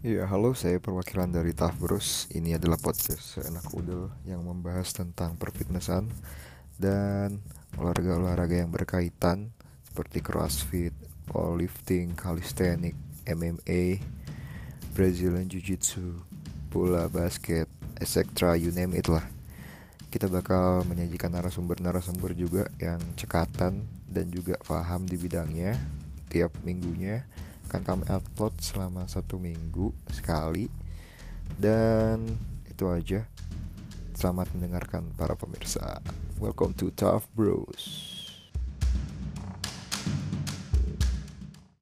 Ya, halo, saya perwakilan dari Tough Bros. Ini adalah podcast seenak udel yang membahas tentang perfitnessan dan olahraga-olahraga yang berkaitan seperti CrossFit, powerlifting, calisthenics, MMA, Brazilian Jiu-Jitsu, bola basket, etc. You name it lah. Kita bakal menyajikan narasumber-narasumber juga yang cekatan dan juga paham di bidangnya tiap minggunya akan kami upload selama 1 minggu sekali. Dan itu aja. Selamat mendengarkan para pemirsa. Welcome to Tough Bros.